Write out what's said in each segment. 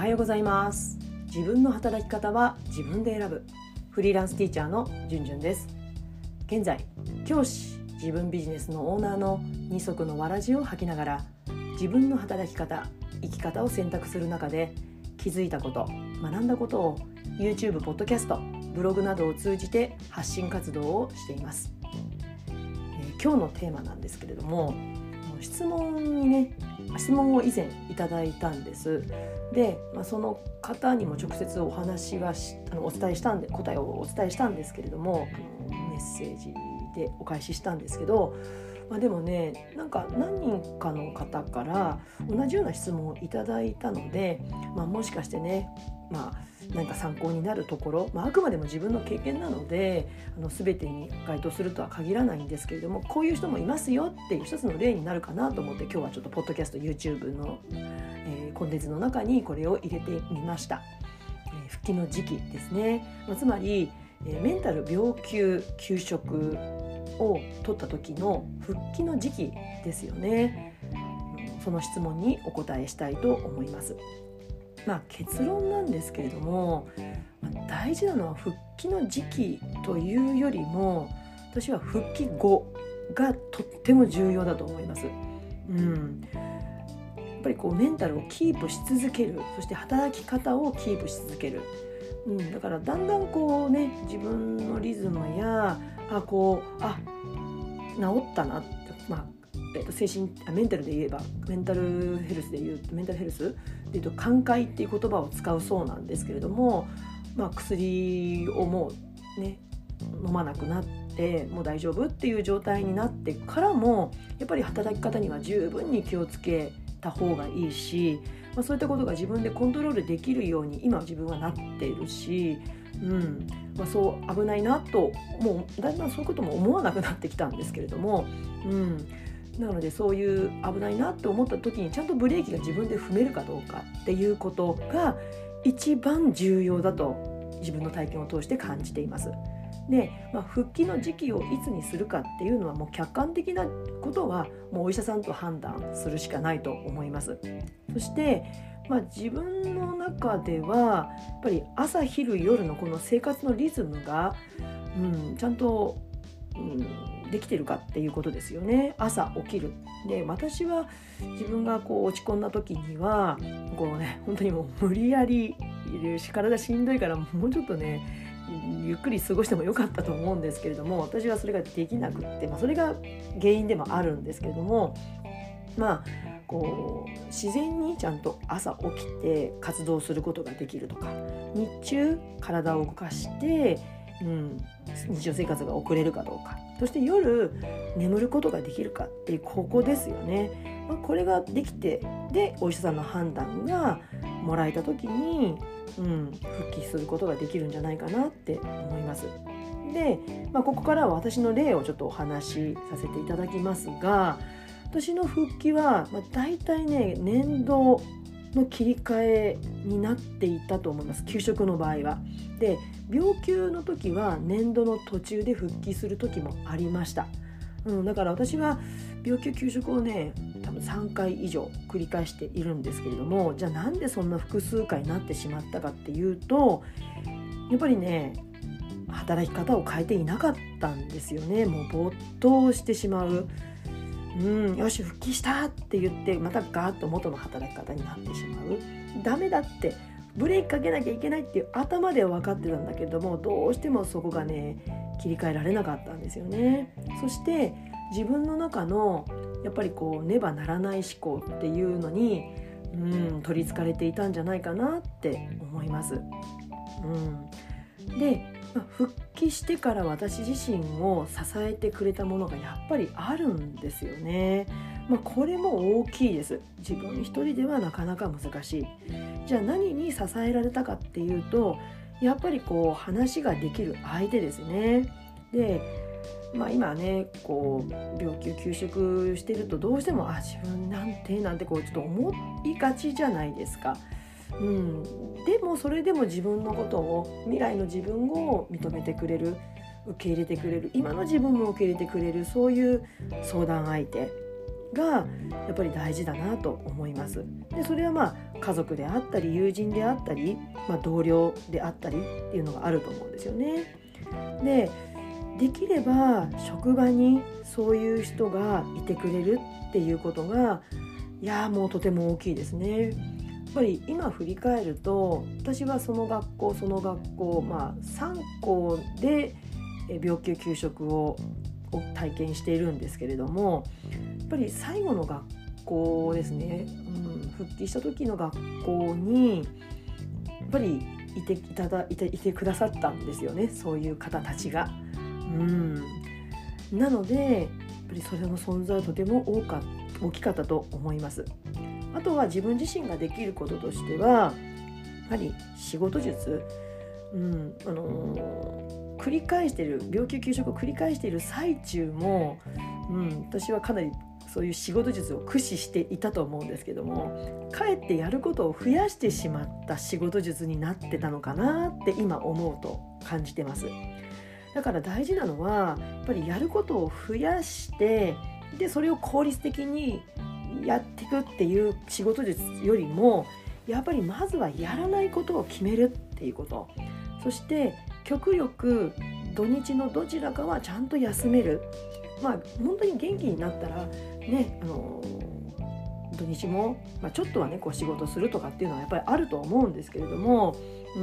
はようございます。自分の働き方は自分で選ぶフリーランスティーチャーのじゅんじゅんです。現在教師、自分ビジネスのオーナーの二足のわらじを履きながら自分の働き方、生き方を選択する中で気づいたこと、学んだことを YouTube、ポッドキャスト、ブログなどを通じて発信活動をしています。今日のテーマなんですけれども、質問を以前いただいたんです。で、その方にも直接お話はお伝えしたんで、答えをお伝えしたんですけれども、メッセージでお返ししたんですけど、でもね、何人かの方から同じような質問をいただいたので、もしかしてね、何か参考になるところ、あくまでも自分の経験なので全てに該当するとは限らないんですけれども、こういう人もいますよっていう一つの例になるかなと思って、今日はちょっとポッドキャスト YouTube の、コンテンツの中にこれを入れてみました。復帰の時期ですね。つまりメンタル病休休職を取った時の復帰の時期ですよね。その質問にお答えしたいと思います。結論なんですけれども、大事なのは復帰の時期というよりも、私は復帰後がとっても重要だと思います。やっぱりメンタルをキープし続ける、そして働き方をキープし続ける。だからだんだん自分のリズムや治ったなって、メンタルで言えばメンタルヘルスで言うと寛解っていう言葉を使うそうなんですけれども、薬をもうね飲まなくなってもう大丈夫っていう状態になってからも、やっぱり働き方には十分に気をつけた方がいいし、そういったことが自分でコントロールできるように今は自分はなっているし、そう危ないなともうだんだんそういうことも思わなくなってきたんですけれども、なのでそういう危ないなって思った時にちゃんとブレーキが自分で踏めるかどうかっていうことが一番重要だと自分の体験を通して感じています。で、復帰の時期をいつにするかっていうのはもう客観的なことはもうお医者さんと判断するしかないと思います。そして自分の中ではやっぱり朝昼夜のこの生活のリズムが、ちゃんと、できてるかっていうことですよね。朝起きる。で、私は自分が落ち込んだ時には本当にもう無理やり体しんどいからもうちょっとねゆっくり過ごしてもよかったと思うんですけれども、私はそれができなくって、それが原因でもあるんですけれども、自然にちゃんと朝起きて活動することができるとか、日中体を動かして日常生活が送れるかどうか、そして夜眠ることができるかっていうここですよね。これができて、でお医者さんの判断がもらえた時に、復帰することができるんじゃないかなって思います。で、ここからは私の例をちょっとお話しさせていただきますが、私の復帰はだいたいね年度の切り替えになっていたと思います。休職の場合は。で、病休の時は年度の途中で復帰する時もありました。だから私は病休休職をね多分3回以上繰り返しているんですけれども、じゃあなんでそんな複数回になってしまったかっていうと、やっぱりね働き方を変えていなかったんですよね。もう没頭してしまう。よし復帰したって言ってまたガーッと元の働き方になってしまう。ダメだってブレーキかけなきゃいけないっていう頭では分かってたんだけども、どうしてもそこがね切り替えられなかったんですよね。そして自分の中のやっぱりねばならない思考っていうのに取りつかれていたんじゃないかなって思います。で、復帰してから私自身を支えてくれたものがやっぱりあるんですよね。これも大きいです。自分一人ではなかなか難しい。じゃあ何に支えられたかっていうと、やっぱり話ができる相手ですね。で、今ね病休休職してるとどうしても自分なんてちょっと思いがちじゃないですか。でもそれでも自分のことを、未来の自分を認めてくれる、受け入れてくれる、今の自分も受け入れてくれる、そういう相談相手がやっぱり大事だなと思います。でそれは家族であったり友人であったり、同僚であったりっていうのがあると思うんですよね。できれば職場にそういう人がいてくれるっていうことがもうとても大きいですね。やっぱり今振り返ると、私はその学校3校で病休給食を体験しているんですけれども、やっぱり最後の学校ですね、復帰した時の学校にやっぱりいてくださったんですよね、そういう方たちが。なのでやっぱりそれの存在はとても大きかったと思います。あとは自分自身ができることとしては、やはり仕事術、繰り返している病休給食を繰り返している最中も、私はかなりそういう仕事術を駆使していたと思うんですけども、かえってやることを増やしてしまった仕事術になってたのかなって今思うと感じてます。だから大事なのはやっぱりやることを増やして、でそれを効率的にやっていくっていう仕事術よりも、やっぱりまずはやらないことを決めるっていうこと、そして極力土日のどちらかはちゃんと休める。本当に元気になったらね、土日も、ちょっとはね仕事するとかっていうのはやっぱりあると思うんですけれども、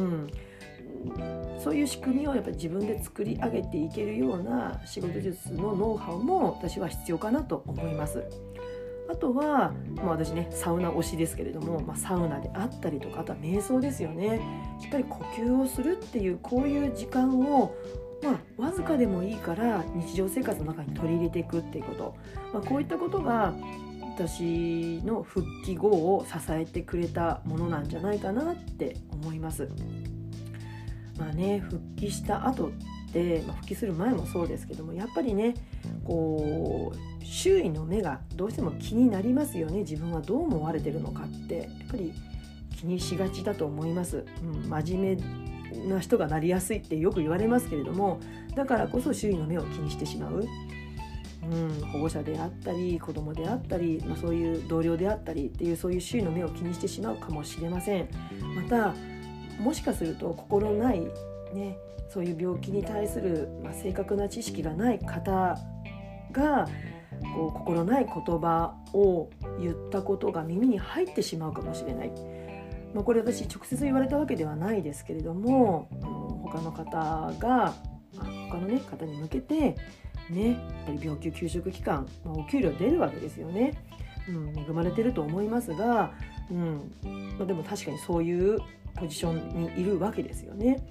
そういう仕組みをやっぱり自分で作り上げていけるような仕事術のノウハウも私は必要かなと思います。あとは、私ねサウナ推しですけれども、サウナであったりとか、あとは瞑想ですよね。しっかり呼吸をするっていうこういう時間をわずかでもいいから日常生活の中に取り入れていくっていうこと、こういったことが私の復帰後を支えてくれたものなんじゃないかなって思います。復帰した後って、復帰する前もそうですけども、やっぱりね周囲の目がどうしても気になりますよね。自分はどう思われてるのかってやっぱり気にしがちだと思います。真面目な人がなりやすいってよく言われますけれども、だからこそ周囲の目を気にしてしまう、保護者であったり子供であったり、そういう同僚であったりっていうそういう周囲の目を気にしてしまうかもしれません。またもしかすると心ない、そういう病気に対する、正確な知識がない方が心ない言葉を言ったことが耳に入ってしまうかもしれない。これ私直接言われたわけではないですけれども、他の方が、他の、方に向けて、やっぱり病休給食期間、お給料出るわけですよね。恵まれてると思いますが、でも確かにそういうポジションにいるわけですよね。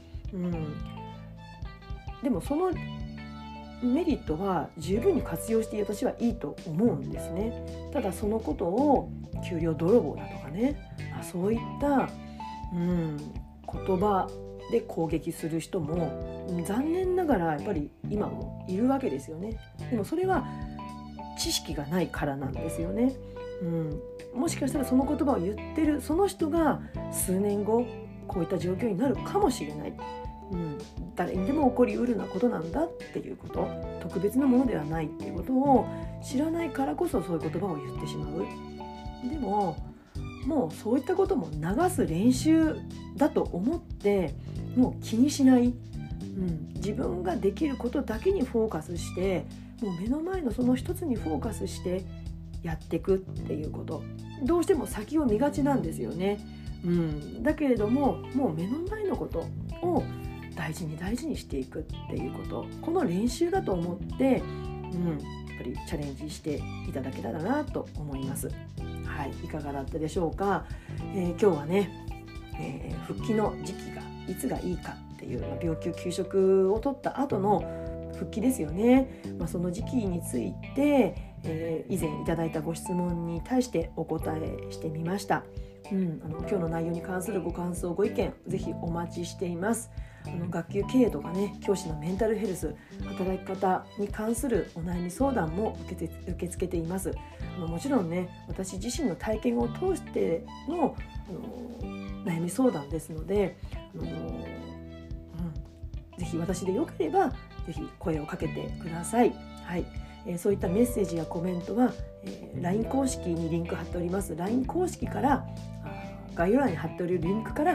でもそのメリットは十分に活用して私はいいと思うんですね。ただそのことを給料泥棒だとかね、そういった言葉で攻撃する人も残念ながらやっぱり今もいるわけですよね。でもそれは知識がないからなんですよね。もしかしたらその言葉を言ってるその人が数年後こういった状況になるかもしれない。誰にでも起こりうるなことなんだっていうこと、特別なものではないっていうことを知らないからこそそういう言葉を言ってしまう。でももうそういったことも流す練習だと思ってもう気にしない、自分ができることだけにフォーカスして、もう目の前のその一つにフォーカスしてやっていくっていうこと、どうしても先を見がちなんですよね。だけれどももう目の前のことを大事に大事にしていくっていうこと、この練習だと思って、やっぱりチャレンジしていただけたらなと思います。いかがだったでしょうか。今日はね、復帰の時期がいつがいいかっていう、病休給食を取った後の復帰ですよね。その時期について、以前いただいたご質問に対してお答えしてみました。今日の内容に関するご感想ご意見ぜひお待ちしています。学級経営とかね、教師のメンタルヘルス、働き方に関するお悩み相談も受け付けています。もちろんね、私自身の体験を通しての、悩み相談ですので、ぜひ私でよければぜひ声をかけてください。そういったメッセージやコメントは、LINE 公式にリンク貼っております LINE 公式から概要欄に貼っておるリンクから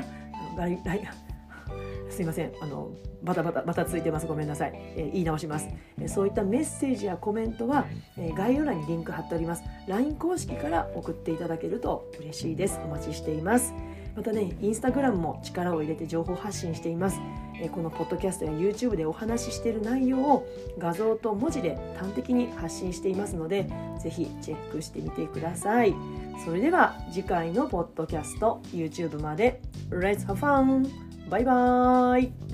すいません、バタついてます。ごめんなさい、言い直します。そういったメッセージやコメントは、概要欄にリンク貼っております。 LINE 公式から送っていただけると嬉しいです。お待ちしています。またね、インスタグラムも力を入れて情報発信しています。このポッドキャストや YouTube でお話ししている内容を画像と文字で端的に発信していますので、ぜひチェックしてみてください。それでは次回のポッドキャスト YouTube まで Let's have fun! バイバーイ。